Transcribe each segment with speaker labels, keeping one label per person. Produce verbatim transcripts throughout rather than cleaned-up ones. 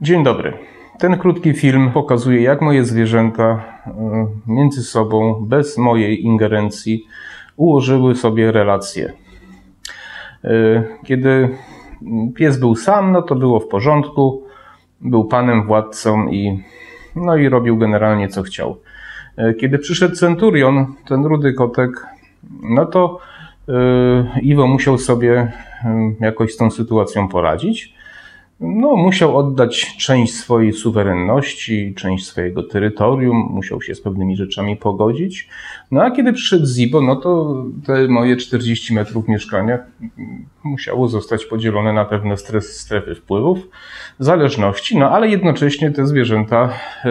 Speaker 1: Dzień dobry. Ten krótki film pokazuje, jak moje zwierzęta między sobą, bez mojej ingerencji, ułożyły sobie relacje. Kiedy pies był sam, no to było w porządku, był panem, władcą i, no i robił generalnie co chciał. Kiedy przyszedł centurion, ten rudy kotek, no to Iwo musiał sobie jakoś z tą sytuacją poradzić. No, musiał oddać część swojej suwerenności, część swojego terytorium, musiał się z pewnymi rzeczami pogodzić. No a kiedy przyszedł Zibo, no to te moje czterdzieści metrów mieszkania musiało zostać podzielone na pewne strefy wpływów, zależności, no ale jednocześnie te zwierzęta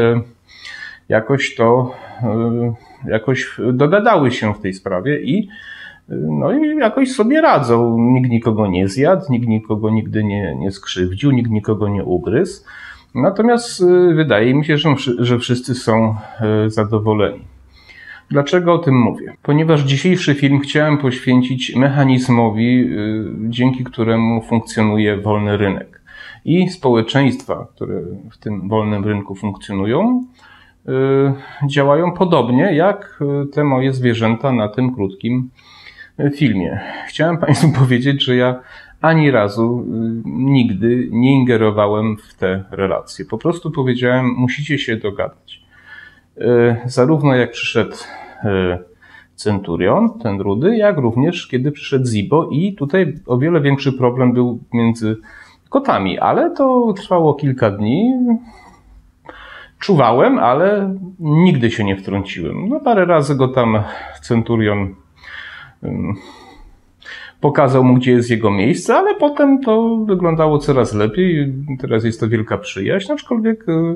Speaker 1: jakoś to, jakoś dogadały się w tej sprawie i No i jakoś sobie radzą. Nikt nikogo nie zjadł, nikt nikogo nigdy nie, nie skrzywdził, nikt nikogo nie ugryzł. Natomiast wydaje mi się, że, że wszyscy są zadowoleni. Dlaczego o tym mówię? Ponieważ dzisiejszy film chciałem poświęcić mechanizmowi, dzięki któremu funkcjonuje wolny rynek. I społeczeństwa, które w tym wolnym rynku funkcjonują, działają podobnie jak te moje zwierzęta na tym krótkim filmie. Chciałem Państwu powiedzieć, że ja ani razu nigdy nie ingerowałem w te relacje. Po prostu powiedziałem, musicie się dogadać. Zarówno jak przyszedł centurion, ten rudy, jak również kiedy przyszedł Zibo i tutaj o wiele większy problem był między kotami, ale to trwało kilka dni. Czuwałem, ale nigdy się nie wtrąciłem. No parę razy go tam centurion um, pokazał mu, gdzie jest jego miejsce, ale potem to wyglądało coraz lepiej. Teraz jest to wielka przyjaźń, aczkolwiek um,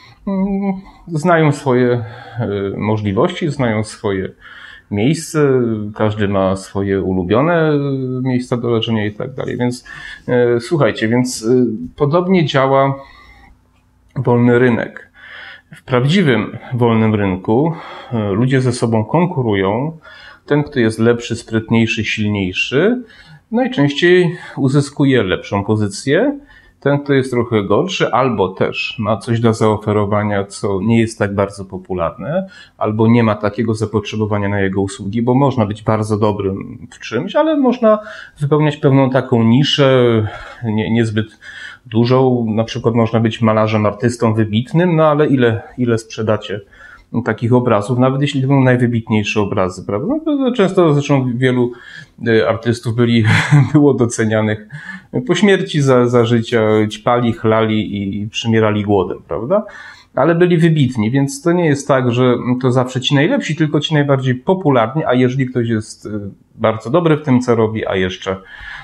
Speaker 1: znają swoje um, możliwości, znają swoje miejsce, każdy ma swoje ulubione miejsca do leżenia i tak dalej. Więc um, słuchajcie, więc um, podobnie działa wolny rynek. W prawdziwym wolnym rynku ludzie ze sobą konkurują. Ten, kto jest lepszy, sprytniejszy, silniejszy, najczęściej uzyskuje lepszą pozycję. Ten, kto jest trochę gorszy, albo też ma coś do zaoferowania, co nie jest tak bardzo popularne, albo nie ma takiego zapotrzebowania na jego usługi, bo można być bardzo dobrym w czymś, ale można wypełniać pewną taką niszę, nie, niezbyt dużą. Na przykład można być malarzem, artystą wybitnym, no ale ile, ile sprzedacie takich obrazów, nawet jeśli to będą najwybitniejsze obrazy, prawda? No, często zresztą wielu artystów byli, było docenianych po śmierci za, za życia, ćpali, chlali i przymierali głodem, prawda? Ale byli wybitni, więc to nie jest tak, że to zawsze ci najlepsi, tylko ci najbardziej popularni, a jeżeli ktoś jest bardzo dobry w tym, co robi, a jeszcze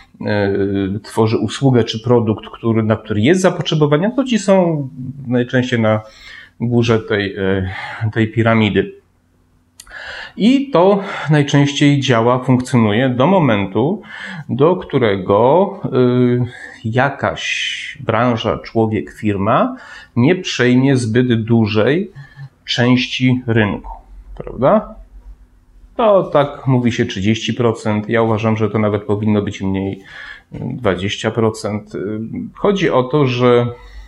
Speaker 1: tworzy usługę czy produkt, który, na który jest zapotrzebowanie, to ci są najczęściej na górze tej, tej piramidy. I to najczęściej działa, funkcjonuje do momentu, do którego jakaś branża, człowiek, firma nie przejmie zbyt dużej części rynku, prawda? To tak mówi się trzydzieści procent. Ja uważam, że to nawet powinno być mniej, dwadzieścia procent. Chodzi o to, że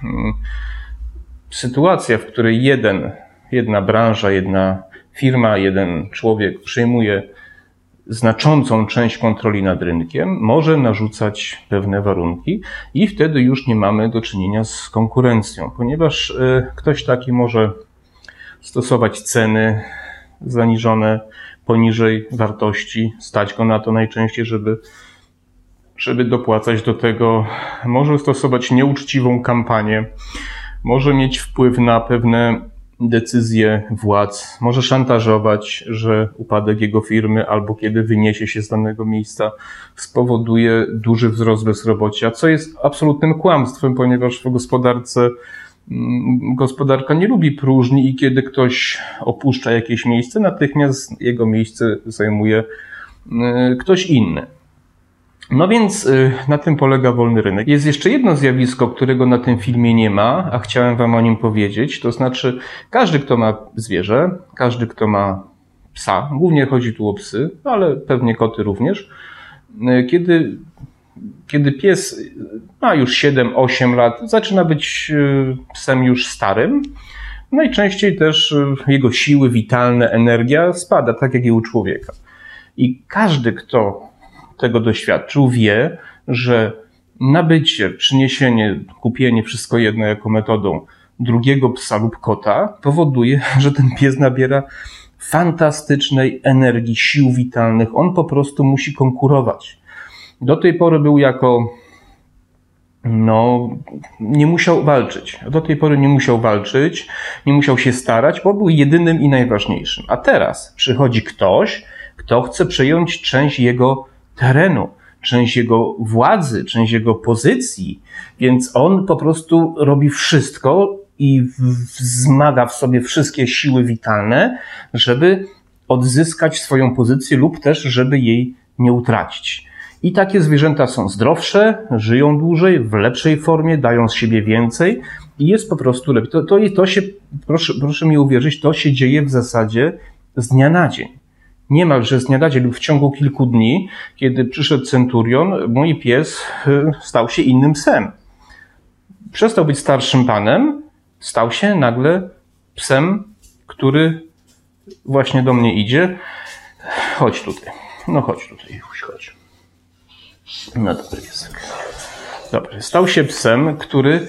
Speaker 1: sytuacja, w której jeden, jedna branża, jedna firma, jeden człowiek przejmuje znaczącą część kontroli nad rynkiem, może narzucać pewne warunki i wtedy już nie mamy do czynienia z konkurencją, ponieważ ktoś taki może stosować ceny zaniżone poniżej wartości, stać go na to najczęściej, żeby, żeby dopłacać do tego, może stosować nieuczciwą kampanię, może mieć wpływ na pewne decyzje władz, może szantażować, że upadek jego firmy albo kiedy wyniesie się z danego miejsca spowoduje duży wzrost bezrobocia, co jest absolutnym kłamstwem, ponieważ w gospodarce gospodarka nie lubi próżni i kiedy ktoś opuszcza jakieś miejsce, natychmiast jego miejsce zajmuje ktoś inny. No więc na tym polega wolny rynek. Jest jeszcze jedno zjawisko, którego na tym filmie nie ma, a chciałem wam o nim powiedzieć. To znaczy każdy, kto ma zwierzę, każdy, kto ma psa, głównie chodzi tu o psy, ale pewnie koty również, kiedy kiedy pies ma już siedem osiem lat, zaczyna być psem już starym, najczęściej też jego siły witalne, energia spada, tak jak i u człowieka. I każdy, kto tego doświadczył, wie, że nabycie, przyniesienie, kupienie, wszystko jedno jako metodą drugiego psa lub kota powoduje, że ten pies nabiera fantastycznej energii, sił witalnych. On po prostu musi konkurować. Do tej pory był jako, no, nie musiał walczyć. Do tej pory nie musiał walczyć, nie musiał się starać, bo był jedynym i najważniejszym. A teraz przychodzi ktoś, kto chce przejąć część jego terenu, część jego władzy, część jego pozycji, więc on po prostu robi wszystko i wzmaga w sobie wszystkie siły witalne, żeby odzyskać swoją pozycję lub też, żeby jej nie utracić. I takie zwierzęta są zdrowsze, żyją dłużej, w lepszej formie, dają z siebie więcej i jest po prostu lepiej. To, to, to się, proszę, proszę mi uwierzyć, to się dzieje w zasadzie z dnia na dzień. Niemalże z dnia na dzień lub w ciągu kilku dni, kiedy przyszedł centurion, mój pies stał się innym psem. Przestał być starszym panem, stał się nagle psem, który właśnie do mnie idzie. Chodź tutaj. No chodź tutaj, chodź. No dobry piesek. Dobrze. Stał się psem, który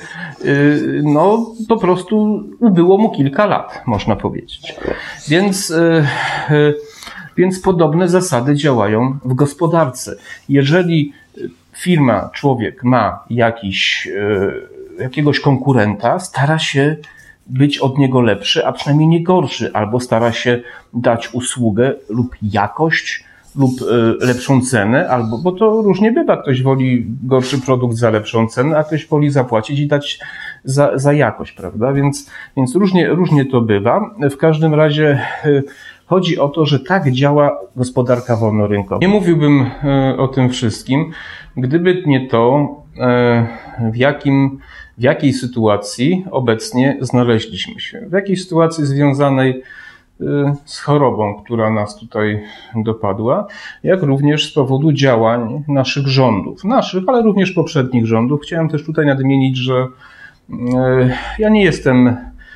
Speaker 1: no po prostu ubyło mu kilka lat, można powiedzieć. Więc, więc podobne zasady działają w gospodarce. Jeżeli firma, człowiek ma jakiś, jakiegoś konkurenta, stara się być od niego lepszy, a przynajmniej nie gorszy, albo stara się dać usługę lub jakość, lub lepszą cenę, albo, bo to różnie bywa. Ktoś woli gorszy produkt za lepszą cenę, a ktoś woli zapłacić i dać za, za jakość, prawda? Więc, więc różnie, różnie to bywa. W każdym razie chodzi o to, że tak działa gospodarka wolnorynkowa. Nie mówiłbym o tym wszystkim, gdyby nie to, w jakim, w jakiej sytuacji obecnie znaleźliśmy się. W jakiej sytuacji związanej z chorobą, która nas tutaj dopadła, jak również z powodu działań naszych rządów. Naszych, ale również poprzednich rządów. Chciałem też tutaj nadmienić, że ja nie jestem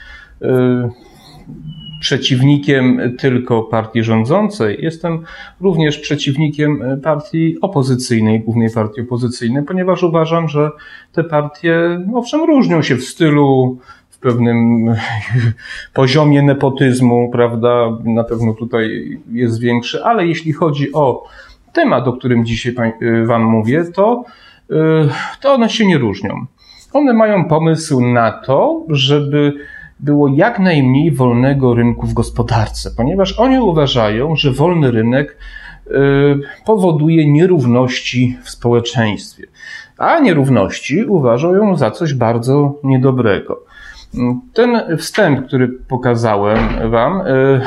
Speaker 1: przeciwnikiem tylko partii rządzącej. Jestem również przeciwnikiem partii opozycyjnej, głównej partii opozycyjnej, ponieważ uważam, że te partie, owszem, różnią się w stylu, w pewnym poziomie nepotyzmu, prawda, na pewno tutaj jest większy, ale jeśli chodzi o temat, o którym dzisiaj wam mówię, to, to one się nie różnią. One mają pomysł na to, żeby było jak najmniej wolnego rynku w gospodarce, ponieważ oni uważają, że wolny rynek powoduje nierówności w społeczeństwie, a nierówności uważają za coś bardzo niedobrego. Ten wstęp, który pokazałem wam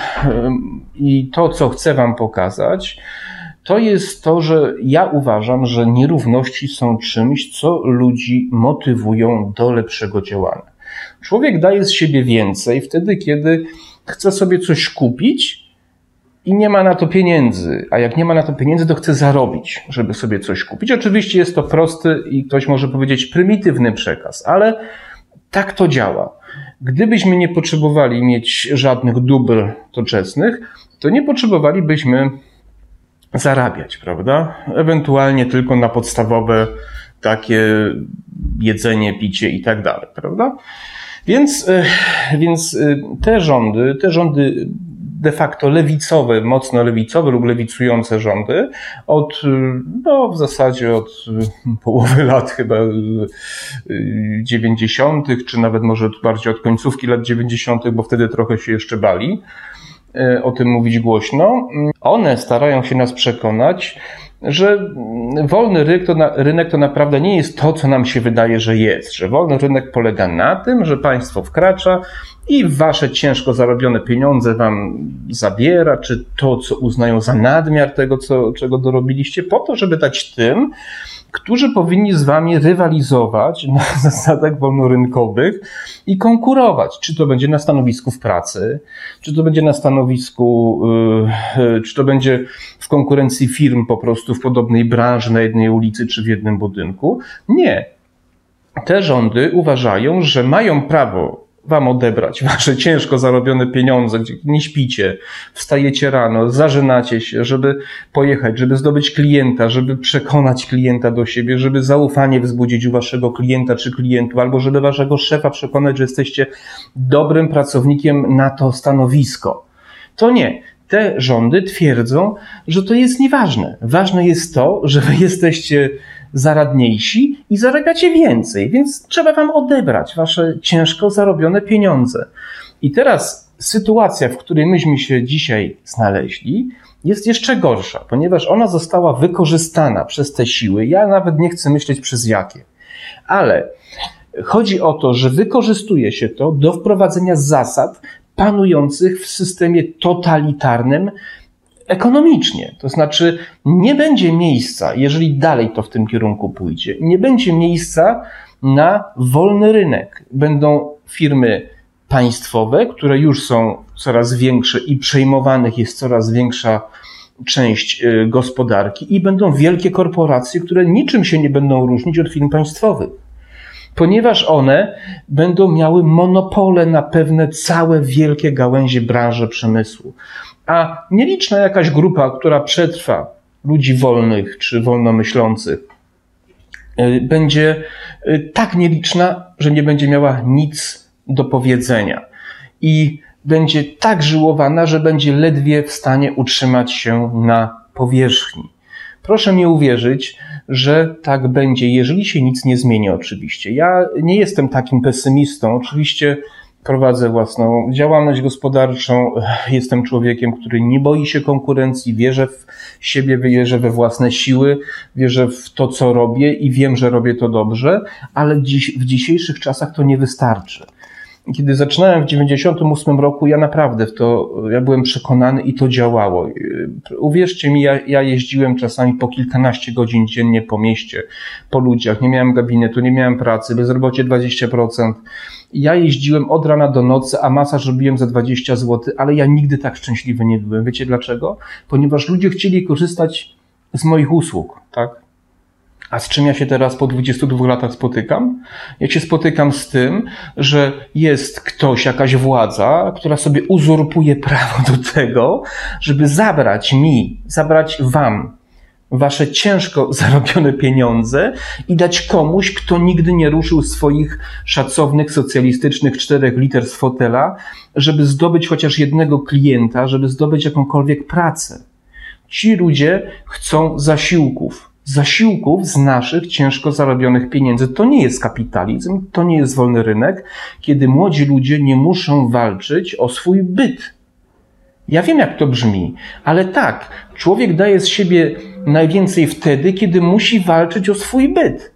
Speaker 1: i to, co chcę wam pokazać, to jest to, że ja uważam, że nierówności są czymś, co ludzi motywują do lepszego działania. Człowiek daje z siebie więcej wtedy, kiedy chce sobie coś kupić i nie ma na to pieniędzy, a jak nie ma na to pieniędzy, to chce zarobić, żeby sobie coś kupić. Oczywiście jest to prosty i ktoś może powiedzieć prymitywny przekaz, ale tak to działa. Gdybyśmy nie potrzebowali mieć żadnych dóbr doczesnych, to nie potrzebowalibyśmy zarabiać, prawda? Ewentualnie tylko na podstawowe takie jedzenie, picie i tak dalej, prawda? Więc, więc te rządy, te rządy de facto lewicowe, mocno lewicowe lub lewicujące rządy od, no w zasadzie od połowy lat chyba dziewięćdziesiątych, czy nawet może bardziej od końcówki lat dziewięćdziesiątych, bo wtedy trochę się jeszcze bali o tym mówić głośno. One starają się nas przekonać, że wolny rynek to, na, rynek to naprawdę nie jest to, co nam się wydaje, że jest. Że wolny rynek polega na tym, że państwo wkracza i wasze ciężko zarobione pieniądze wam zabiera, czy to, co uznają za nadmiar tego, co, czego dorobiliście, po to, żeby dać tym, którzy powinni z wami rywalizować na zasadach wolnorynkowych i konkurować. Czy to będzie na stanowisku w pracy, czy to będzie na stanowisku, yy, czy to będzie w konkurencji firm po prostu w podobnej branży, na jednej ulicy czy w jednym budynku. Nie. Te rządy uważają, że mają prawo wam odebrać wasze ciężko zarobione pieniądze, gdzie nie śpicie, wstajecie rano, zażynacie się, żeby pojechać, żeby zdobyć klienta, żeby przekonać klienta do siebie, żeby zaufanie wzbudzić u waszego klienta czy klientów, albo żeby waszego szefa przekonać, że jesteście dobrym pracownikiem na to stanowisko. To nie. Te rządy twierdzą, że to jest nieważne. Ważne jest to, że wy jesteście zaradniejsi i zarabiacie więcej, więc trzeba wam odebrać wasze ciężko zarobione pieniądze. I teraz sytuacja, w której myśmy się dzisiaj znaleźli, jest jeszcze gorsza, ponieważ ona została wykorzystana przez te siły. Ja nawet nie chcę myśleć przez jakie. Ale chodzi o to, że wykorzystuje się to do wprowadzenia zasad panujących w systemie totalitarnym ekonomicznie. To znaczy nie będzie miejsca, jeżeli dalej to w tym kierunku pójdzie, nie będzie miejsca na wolny rynek. Będą firmy państwowe, które już są coraz większe i przejmowanych jest coraz większa część gospodarki i będą wielkie korporacje, które niczym się nie będą różnić od firm państwowych. Ponieważ one będą miały monopole na pewne całe wielkie gałęzie branży przemysłu. A nieliczna jakaś grupa, która przetrwa, ludzi wolnych czy wolnomyślących, będzie tak nieliczna, że nie będzie miała nic do powiedzenia. I będzie tak żyłowana, że będzie ledwie w stanie utrzymać się na powierzchni. Proszę mi uwierzyć, że tak będzie, jeżeli się nic nie zmieni oczywiście. Ja nie jestem takim pesymistą, oczywiście prowadzę własną działalność gospodarczą, jestem człowiekiem, który nie boi się konkurencji, wierzę w siebie, wierzę we własne siły, wierzę w to, co robię i wiem, że robię to dobrze, ale dziś, w dzisiejszych czasach to nie wystarczy. Kiedy zaczynałem w dziewięćdziesiątym ósmym roku, ja naprawdę w to, ja byłem przekonany i to działało. Uwierzcie mi, ja, ja jeździłem czasami po kilkanaście godzin dziennie po mieście, po ludziach, nie miałem gabinetu, nie miałem pracy, bezrobocie dwadzieścia procent. Ja jeździłem od rana do nocy, a masaż robiłem za dwadzieścia złotych, ale ja nigdy tak szczęśliwy nie byłem. Wiecie dlaczego? Ponieważ ludzie chcieli korzystać z moich usług, tak? A z czym ja się teraz po dwudziestu dwóch latach spotykam? Ja się spotykam z tym, że jest ktoś, jakaś władza, która sobie uzurpuje prawo do tego, żeby zabrać mi, zabrać wam wasze ciężko zarobione pieniądze i dać komuś, kto nigdy nie ruszył swoich szacownych, socjalistycznych czterech liter z fotela, żeby zdobyć chociaż jednego klienta, żeby zdobyć jakąkolwiek pracę. Ci ludzie chcą zasiłków. Zasiłków z naszych ciężko zarobionych pieniędzy. To nie jest kapitalizm, to nie jest wolny rynek, kiedy młodzi ludzie nie muszą walczyć o swój byt. Ja wiem, jak to brzmi, ale tak, człowiek daje z siebie najwięcej wtedy, kiedy musi walczyć o swój byt.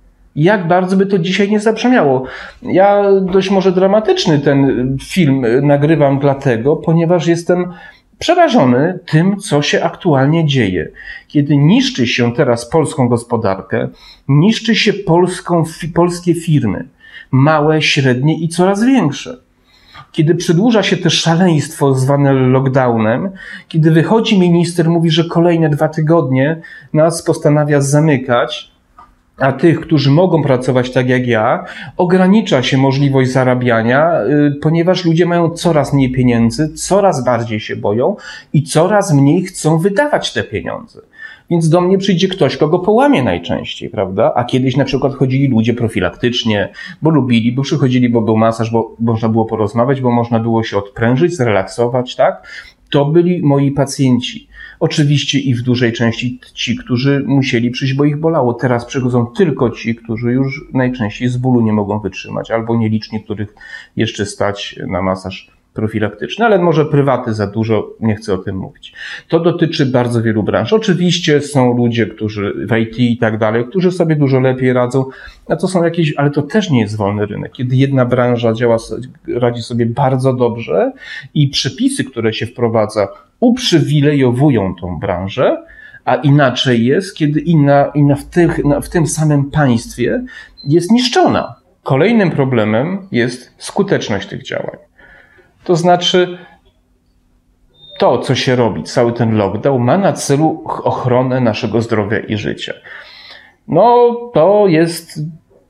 Speaker 1: Jak bardzo by to dzisiaj nie zabrzmiało. Ja dość może dramatyczny ten film nagrywam dlatego, ponieważ jestem przerażony tym, co się aktualnie dzieje. Kiedy niszczy się teraz polską gospodarkę, niszczy się polską, polskie firmy, małe, średnie i coraz większe. Kiedy przedłuża się to szaleństwo zwane lockdownem, kiedy wychodzi minister, mówi, że kolejne dwa tygodnie nas postanawia zamykać, a tych, którzy mogą pracować tak jak ja, ogranicza się możliwość zarabiania, ponieważ ludzie mają coraz mniej pieniędzy, coraz bardziej się boją i coraz mniej chcą wydawać te pieniądze. Więc do mnie przyjdzie ktoś, kogo połamie najczęściej, prawda? A kiedyś na przykład chodzili ludzie profilaktycznie, bo lubili, bo przychodzili, bo był masaż, bo można było porozmawiać, bo można było się odprężyć, zrelaksować, tak? To byli moi pacjenci. Oczywiście i w dużej części ci, którzy musieli przyjść, bo ich bolało. Teraz przychodzą tylko ci, którzy już najczęściej z bólu nie mogą wytrzymać, albo nieliczni, których jeszcze stać na masaż profilaktyczny, ale może prywaty za dużo, nie chcę o tym mówić. To dotyczy bardzo wielu branż. Oczywiście są ludzie, którzy w I T i tak dalej, którzy sobie dużo lepiej radzą, a to są jakieś, ale to też nie jest wolny rynek. Kiedy jedna branża działa, radzi sobie bardzo dobrze i przepisy, które się wprowadza, uprzywilejowują tą branżę, A inaczej jest, kiedy inna, inna w, tych, w tym samym państwie jest niszczona. Kolejnym problemem jest skuteczność tych działań. To znaczy, to, co się robi, cały ten lockdown, ma na celu ochronę naszego zdrowia i życia. No, to jest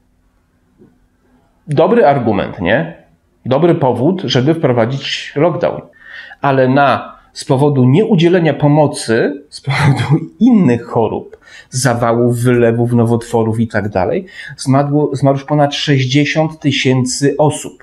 Speaker 1: dobry argument, nie? Dobry powód, żeby wprowadzić lockdown. Ale na, z powodu nieudzielenia pomocy, z powodu innych chorób, zawałów, wylewów, nowotworów i tak dalej, zmarło, zmarło już ponad sześćdziesiąt tysięcy osób.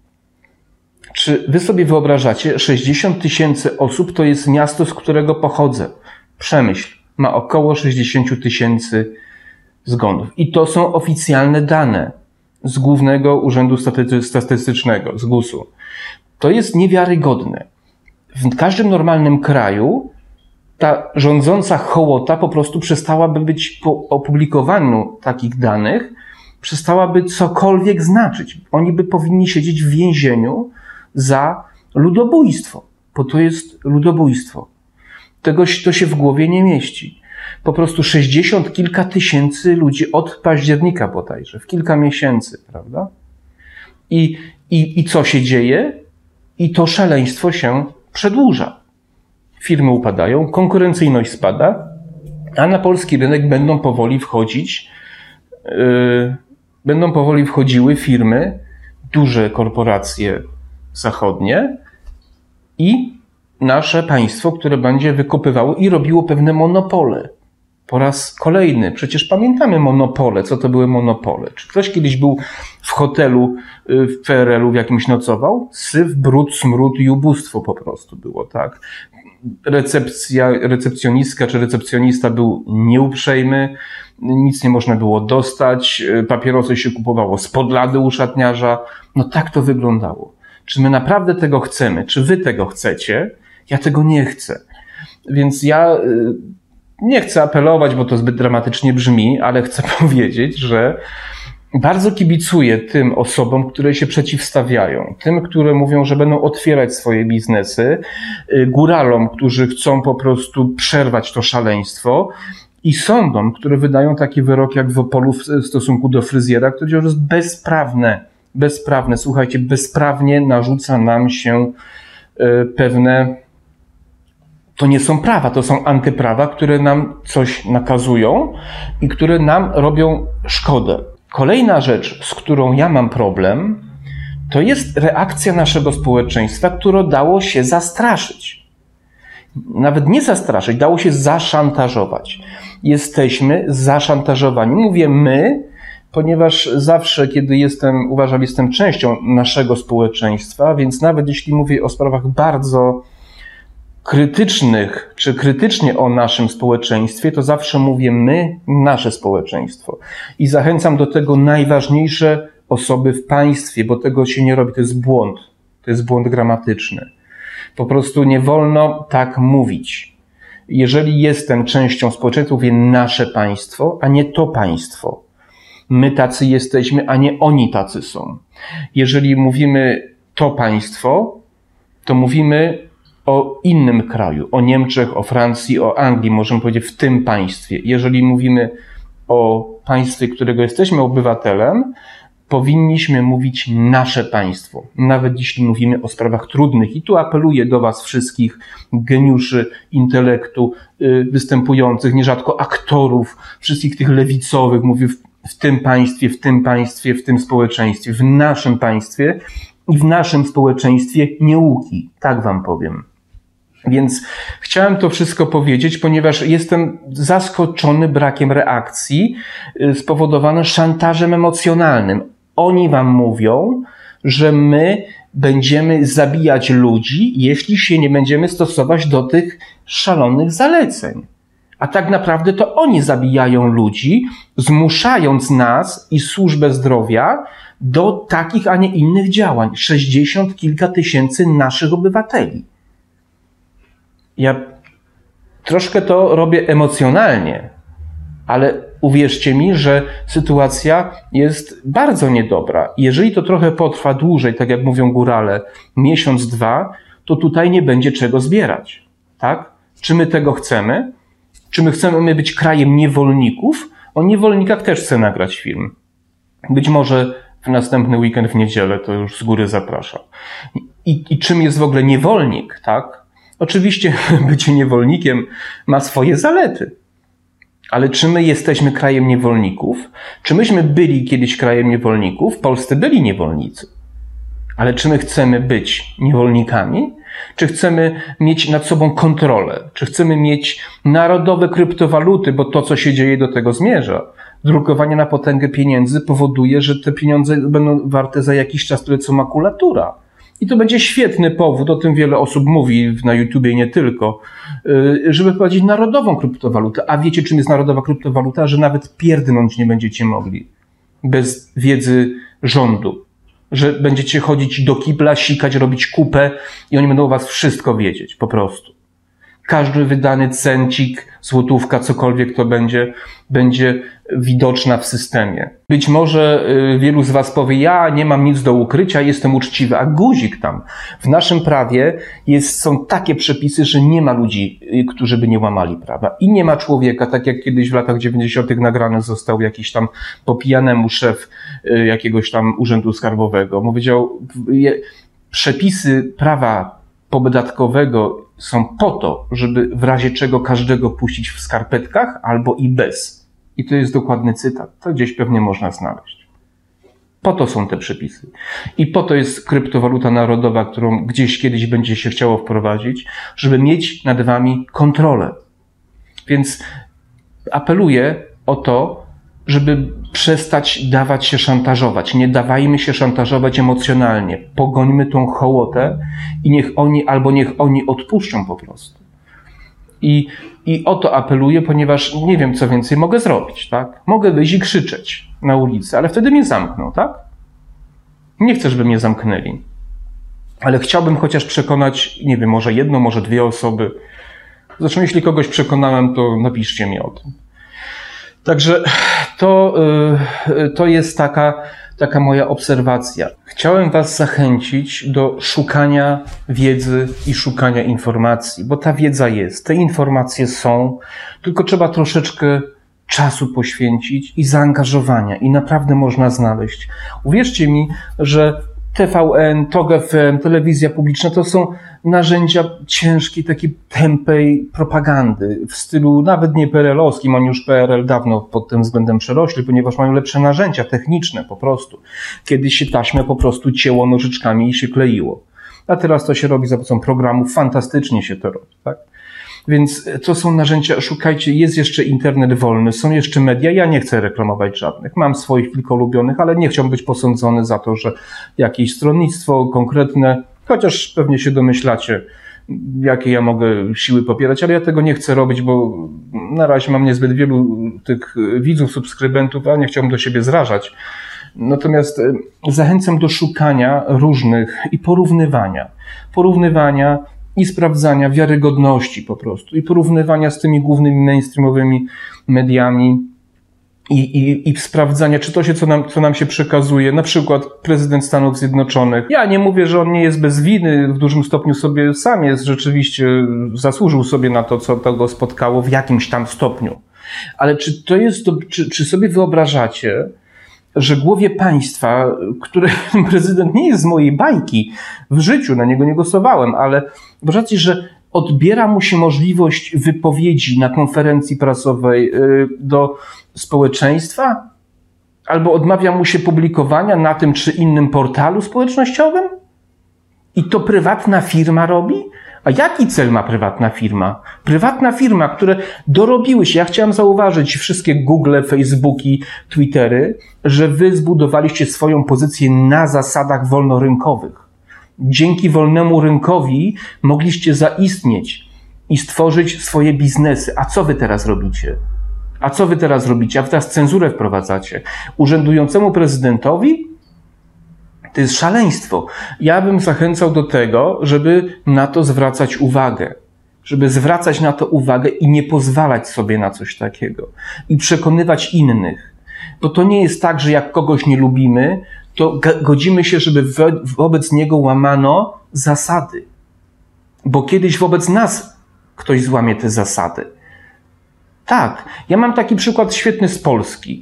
Speaker 1: Czy wy sobie wyobrażacie, sześćdziesiąt tysięcy osób to jest miasto, z którego pochodzę. Przemyśl, ma około sześćdziesiąt tysięcy zgonów. I to są oficjalne dane z Głównego Urzędu Statystycznego, z gusu. To jest niewiarygodne. W każdym normalnym kraju ta rządząca hołota po prostu przestałaby być po opublikowaniu takich danych, przestałaby cokolwiek znaczyć. Oni by powinni siedzieć w więzieniu za ludobójstwo, bo to jest ludobójstwo. Tego to się w głowie nie mieści. Po prostu sześćdziesiąt kilka tysięcy ludzi od października bodajże, w kilka miesięcy, prawda? I, i, i co się dzieje? I to szaleństwo się przedłuża. Firmy upadają, konkurencyjność spada, a na polski rynek będą powoli wchodzić, yy, będą powoli wchodziły firmy, duże korporacje zachodnie i nasze państwo, które będzie wykupywało i robiło pewne monopole. Po raz kolejny, przecież pamiętamy monopole, co to były monopole. Czy ktoś kiedyś był w hotelu w P R L u w jakimś nocował? Syf, brud, smród i ubóstwo po prostu było, tak? Recepcja, recepcjonistka czy recepcjonista był nieuprzejmy, nic nie można było dostać, papierosy się kupowało spod lady u szatniarza. No tak to wyglądało. Czy my naprawdę tego chcemy? Czy wy tego chcecie? Ja tego nie chcę. Więc ja nie chcę apelować, bo to zbyt dramatycznie brzmi, ale chcę powiedzieć, że bardzo kibicuję tym osobom, które się przeciwstawiają. Tym, które mówią, że będą otwierać swoje biznesy. Góralom, którzy chcą po prostu przerwać to szaleństwo. I sądom, które wydają takie wyroki jak w Opolu w stosunku do fryzjera, które jest bezprawne. Bezprawne. Słuchajcie, bezprawnie narzuca nam się pewne... To nie są prawa, to są antyprawa, które nam coś nakazują i które nam robią szkodę. Kolejna rzecz, z którą ja mam problem, to jest reakcja naszego społeczeństwa, którą dało się zastraszyć. Nawet nie zastraszyć, dało się zaszantażować. Jesteśmy zaszantażowani. Mówię my, ponieważ zawsze, kiedy jestem, uważam, jestem częścią naszego społeczeństwa, więc nawet jeśli mówię o sprawach bardzo krytycznych, czy krytycznie o naszym społeczeństwie, to zawsze mówię my, nasze społeczeństwo. I zachęcam do tego najważniejsze osoby w państwie, bo tego się nie robi, to jest błąd. To jest błąd gramatyczny. Po prostu nie wolno tak mówić. Jeżeli jestem częścią społeczeństwa, mówię nasze państwo, a nie to państwo. My tacy jesteśmy, a nie oni tacy są. Jeżeli mówimy to państwo, to mówimy o innym kraju, o Niemczech, o Francji, o Anglii, możemy powiedzieć w tym państwie. Jeżeli mówimy o państwie, którego jesteśmy obywatelem, powinniśmy mówić nasze państwo, nawet jeśli mówimy o sprawach trudnych. I tu apeluję do was wszystkich geniuszy intelektu, występujących, nierzadko aktorów, wszystkich tych lewicowych, mówię w, w tym państwie, w tym państwie, w tym społeczeństwie, w naszym państwie i w naszym społeczeństwie nieuki, tak wam powiem. Więc chciałem to wszystko powiedzieć, ponieważ jestem zaskoczony brakiem reakcji spowodowanej szantażem emocjonalnym. Oni wam mówią, że my będziemy zabijać ludzi, jeśli się nie będziemy stosować do tych szalonych zaleceń. A tak naprawdę to oni zabijają ludzi, zmuszając nas i służbę zdrowia do takich, a nie innych działań. Sześćdziesiąt kilka tysięcy naszych obywateli. Ja troszkę to robię emocjonalnie, ale uwierzcie mi, że sytuacja jest bardzo niedobra. Jeżeli to trochę potrwa dłużej, tak jak mówią górale, miesiąc, dwa, to tutaj nie będzie czego zbierać. Tak? Czy my tego chcemy? Czy my chcemy być krajem niewolników? O niewolnikach też chcę nagrać film. Być może w następny weekend w niedzielę, to już z góry zapraszam. I, i czym jest w ogóle niewolnik, tak? Oczywiście bycie niewolnikiem ma swoje zalety. Ale czy my jesteśmy krajem niewolników? Czy myśmy byli kiedyś krajem niewolników? W Polsce byli niewolnicy. Ale czy my chcemy być niewolnikami? Czy chcemy mieć nad sobą kontrolę? Czy chcemy mieć narodowe kryptowaluty, bo to, co się dzieje, do tego zmierza? Drukowanie na potęgę pieniędzy powoduje, że te pieniądze będą warte za jakiś czas tyle, co makulatura. I to będzie świetny powód, o tym wiele osób mówi na YouTubie i nie tylko, żeby wprowadzić narodową kryptowalutę. A wiecie, czym jest narodowa kryptowaluta? Że nawet pierdnąć nie będziecie mogli bez wiedzy rządu. Że będziecie chodzić do kibla, sikać, robić kupę i oni będą o was wszystko wiedzieć, po prostu. Każdy wydany cencik, złotówka, cokolwiek to będzie, będzie widoczna w systemie. Być może wielu z was powie, ja nie mam nic do ukrycia, jestem uczciwy, a guzik tam. W naszym prawie jest, są takie przepisy, że nie ma ludzi, którzy by nie łamali prawa. I nie ma człowieka, tak jak kiedyś w latach dziewięćdziesiątych nagrany został jakiś tam po pijanemu szef jakiegoś tam urzędu skarbowego. Powiedział, przepisy prawa podatkowego są po to, żeby w razie czego każdego puścić w skarpetkach albo i bez. I to jest dokładny cytat. To gdzieś pewnie można znaleźć. Po to są te przepisy. I po to jest kryptowaluta narodowa, którą gdzieś kiedyś będzie się chciało wprowadzić, żeby mieć nad wami kontrolę. Więc apeluję o to, żeby przestać dawać się szantażować. Nie dawajmy się szantażować emocjonalnie. Pogońmy tą hołotę i niech oni, albo niech oni odpuszczą po prostu. I, i o to apeluję, ponieważ nie wiem, co więcej mogę zrobić, tak? Mogę wyjść i krzyczeć na ulicy, ale wtedy mnie zamkną, tak? Nie chcę, żeby mnie zamknęli. Ale chciałbym chociaż przekonać, nie wiem, może jedną, może dwie osoby. Zresztą jeśli kogoś przekonałem, to napiszcie mi o tym. Także to, to jest taka, taka moja obserwacja. Chciałem was zachęcić do szukania wiedzy i szukania informacji, bo ta wiedza jest, te informacje są, tylko trzeba troszeczkę czasu poświęcić i zaangażowania i naprawdę można znaleźć. Uwierzcie mi, że T V N, T O G F M, telewizja publiczna to są narzędzia ciężkiej, takiej tępej propagandy w stylu nawet nie P R L-owskim, oni już P R L dawno pod tym względem przerośli, ponieważ mają lepsze narzędzia techniczne po prostu. Kiedyś się taśmę po prostu cięło nożyczkami i się kleiło. A teraz to się robi za pomocą programów, fantastycznie się to robi, tak? Więc to są narzędzia, szukajcie, jest jeszcze internet wolny, są jeszcze media, ja nie chcę reklamować żadnych, mam swoich kilka ulubionych, ale nie chciałbym być posądzony za to, że jakieś stronnictwo konkretne, chociaż pewnie się domyślacie, jakie ja mogę siły popierać, ale ja tego nie chcę robić, bo na razie mam niezbyt wielu tych widzów, subskrybentów, a nie chciałbym do siebie zrażać. Natomiast zachęcam do szukania różnych i porównywania, porównywania i sprawdzania wiarygodności po prostu i porównywania z tymi głównymi mainstreamowymi mediami i, i, i sprawdzania, czy to się, co nam, co nam się przekazuje, na przykład prezydent Stanów Zjednoczonych. Ja nie mówię, że on nie jest bez winy, w dużym stopniu sobie sam jest, rzeczywiście zasłużył sobie na to, co to go spotkało w jakimś tam stopniu. Ale czy to jest, to, czy, czy sobie wyobrażacie, że głowie państwa, które prezydent nie jest z mojej bajki, w życiu na niego nie głosowałem, ale wyobraźcie, że odbiera mu się możliwość wypowiedzi na konferencji prasowej do społeczeństwa? Albo odmawia mu się publikowania na tym czy innym portalu społecznościowym? I to prywatna firma robi? A jaki cel ma prywatna firma? Prywatna firma, które dorobiły się, ja chciałem zauważyć wszystkie Google, Facebooki, Twittery, że wy zbudowaliście swoją pozycję na zasadach wolnorynkowych. Dzięki wolnemu rynkowi mogliście zaistnieć i stworzyć swoje biznesy. A co wy teraz robicie? A co wy teraz robicie? A wy teraz cenzurę wprowadzacie. Urzędującemu prezydentowi? To jest szaleństwo. Ja bym zachęcał do tego, żeby na to zwracać uwagę. Żeby zwracać na to uwagę i nie pozwalać sobie na coś takiego. I przekonywać innych. Bo to nie jest tak, że jak kogoś nie lubimy, to godzimy się, żeby wo- wobec niego łamano zasady. Bo kiedyś wobec nas ktoś złamie te zasady. Tak, ja mam taki przykład świetny z Polski.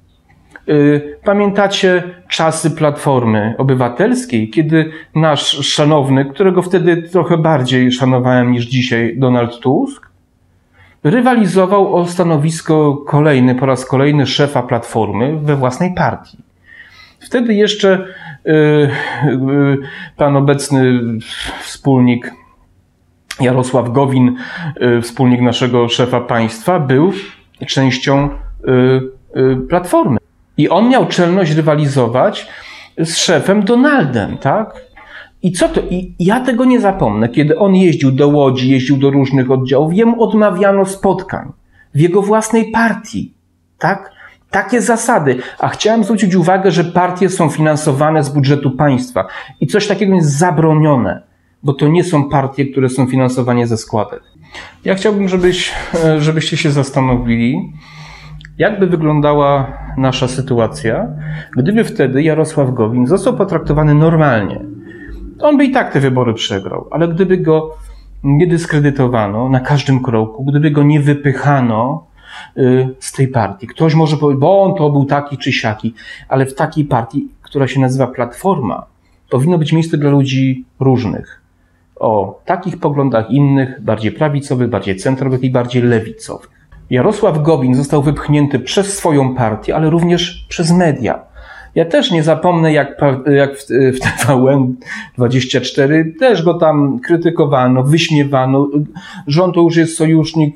Speaker 1: Pamiętacie czasy Platformy Obywatelskiej, kiedy nasz szanowny, którego wtedy trochę bardziej szanowałem niż dzisiaj, Donald Tusk, rywalizował o stanowisko kolejny, po raz kolejny szefa Platformy we własnej partii. Wtedy jeszcze yy, yy, pan obecny wspólnik Jarosław Gowin, yy, wspólnik naszego szefa państwa, był częścią yy, yy, Platformy. I on miał czelność rywalizować z szefem Donaldem, tak? I co to? I ja tego nie zapomnę. Kiedy on jeździł do Łodzi, jeździł do różnych oddziałów, jemu odmawiano spotkań w jego własnej partii, tak? Takie zasady. A chciałem zwrócić uwagę, że partie są finansowane z budżetu państwa i coś takiego jest zabronione, bo to nie są partie, które są finansowane ze składek. Ja chciałbym, żebyś, żebyście się zastanowili, jak by wyglądała nasza sytuacja, gdyby wtedy Jarosław Gowin został potraktowany normalnie. On by i tak te wybory przegrał, ale gdyby go nie dyskredytowano na każdym kroku, gdyby go nie wypychano y, z tej partii. Ktoś może powiedzieć, bo on to był taki czy siaki, ale w takiej partii, która się nazywa Platforma, powinno być miejsce dla ludzi różnych. O takich poglądach innych, bardziej prawicowych, bardziej centrowych i bardziej lewicowych. Jarosław Gowin został wypchnięty przez swoją partię, ale również przez media. Ja też nie zapomnę, jak, jak w, w T V N dwadzieścia cztery też go tam krytykowano, wyśmiewano, że on to już jest sojusznik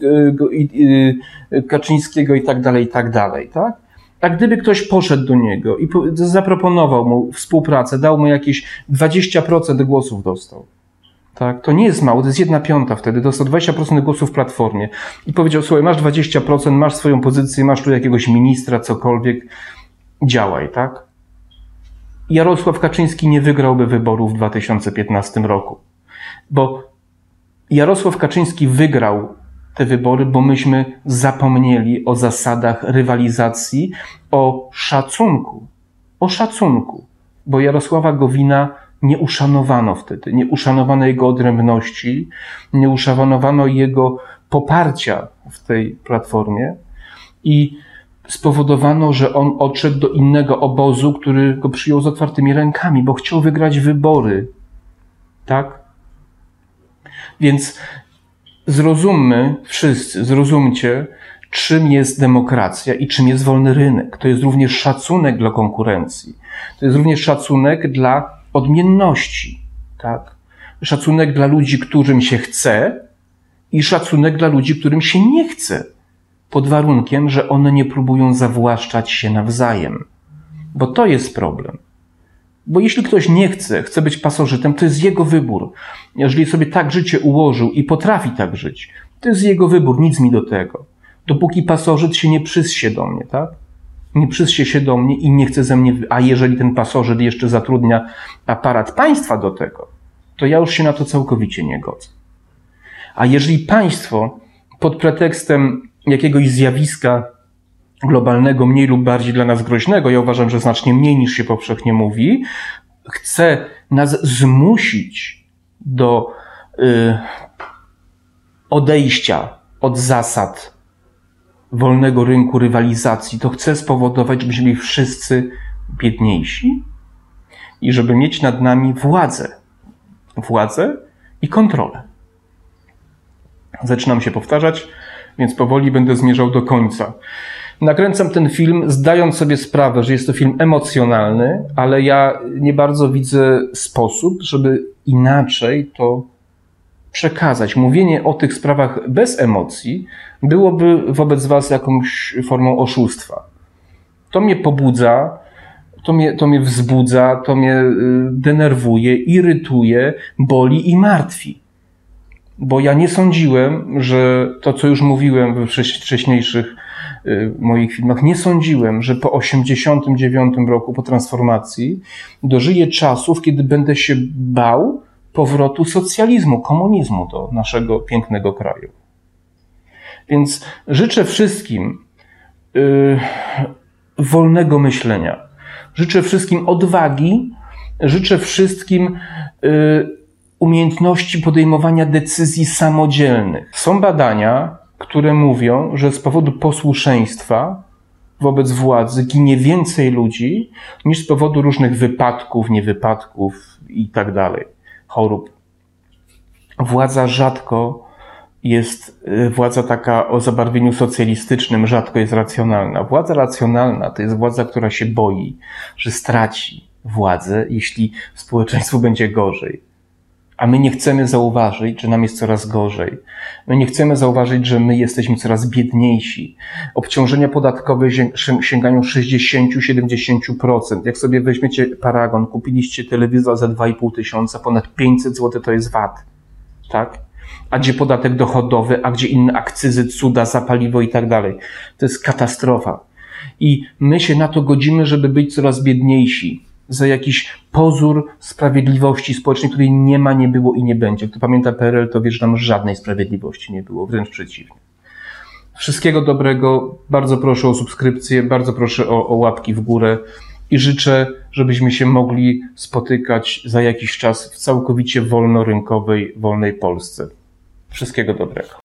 Speaker 1: Kaczyńskiego i tak dalej, i tak dalej, tak? A gdyby ktoś poszedł do niego i zaproponował mu współpracę, dał mu jakieś dwadzieścia procent głosów dostał. Tak, to nie jest mało, to jest jedna piąta wtedy, dostał dwadzieścia procent głosów w Platformie i powiedział, słuchaj, masz dwadzieścia procent, masz swoją pozycję, masz tu jakiegoś ministra, cokolwiek, działaj, tak? Jarosław Kaczyński nie wygrałby wyborów w dwa tysiące piętnastym roku, bo Jarosław Kaczyński wygrał te wybory, bo myśmy zapomnieli o zasadach rywalizacji, o szacunku, o szacunku, bo Jarosława Gowina nie uszanowano wtedy, nie uszanowano jego odrębności, nie uszanowano jego poparcia w tej platformie i spowodowano, że on odszedł do innego obozu, który go przyjął z otwartymi rękami, bo chciał wygrać wybory. Tak? Więc zrozummy wszyscy, zrozumcie, czym jest demokracja i czym jest wolny rynek. To jest również szacunek dla konkurencji. To jest również szacunek dla odmienności, tak? Szacunek dla ludzi, którym się chce i szacunek dla ludzi, którym się nie chce, pod warunkiem, że one nie próbują zawłaszczać się nawzajem. Bo to jest problem. Bo jeśli ktoś nie chce, chce być pasożytem, to jest jego wybór. Jeżeli sobie tak życie ułożył i potrafi tak żyć, to jest jego wybór, nic mi do tego. Dopóki pasożyt się nie przyssie do mnie, tak? Nie przyssie się do mnie i nie chce ze mnie, a jeżeli ten pasożyt jeszcze zatrudnia aparat państwa do tego, to ja już się na to całkowicie nie godzę. A jeżeli państwo pod pretekstem jakiegoś zjawiska globalnego, mniej lub bardziej dla nas groźnego, ja uważam, że znacznie mniej niż się powszechnie mówi, chce nas zmusić do y, odejścia od zasad wolnego rynku, rywalizacji, to chce spowodować, żebyśmy byli wszyscy biedniejsi i żeby mieć nad nami władzę. Władzę i kontrolę. Zaczynam się powtarzać, więc powoli będę zmierzał do końca. Nakręcam ten film, zdając sobie sprawę, że jest to film emocjonalny, ale ja nie bardzo widzę sposób, żeby inaczej to przekazać. Mówienie o tych sprawach bez emocji byłoby wobec was jakąś formą oszustwa. To mnie pobudza, to mnie, to mnie wzbudza, to mnie denerwuje, irytuje, boli i martwi. Bo ja nie sądziłem, że to, co już mówiłem we wcześniejszych moich filmach, nie sądziłem, że po osiemdziesiątym dziewiątym roku, po transformacji, dożyję czasów, kiedy będę się bał powrotu socjalizmu, komunizmu do naszego pięknego kraju. Więc życzę wszystkim yy, wolnego myślenia. Życzę wszystkim odwagi. Życzę wszystkim yy, umiejętności podejmowania decyzji samodzielnych. Są badania, które mówią, że z powodu posłuszeństwa wobec władzy ginie więcej ludzi niż z powodu różnych wypadków, niewypadków i tak dalej, chorób. Władza rzadko jest, władza taka o zabarwieniu socjalistycznym rzadko jest racjonalna. Władza racjonalna to jest władza, która się boi, że straci władzę, jeśli społeczeństwu będzie gorzej. A my nie chcemy zauważyć, że nam jest coraz gorzej. My nie chcemy zauważyć, że my jesteśmy coraz biedniejsi. Obciążenia podatkowe sięgają sześćdziesiąt do siedemdziesięciu procent. Jak sobie weźmiecie paragon, kupiliście telewizor za dwa i pół tysiąca, ponad pięćset złotych to jest V A T. Tak? A gdzie podatek dochodowy, a gdzie inne akcyzy, cuda za paliwo i tak dalej. To jest katastrofa. I my się na to godzimy, żeby być coraz biedniejsi. Za jakiś pozór sprawiedliwości społecznej, której nie ma, nie było i nie będzie. Kto pamięta P R L, to wie, że tam żadnej sprawiedliwości nie było, wręcz przeciwnie. Wszystkiego dobrego, bardzo proszę o subskrypcję, bardzo proszę o, o łapki w górę i życzę, żebyśmy się mogli spotykać za jakiś czas w całkowicie wolnorynkowej, wolnej Polsce. Wszystkiego dobrego.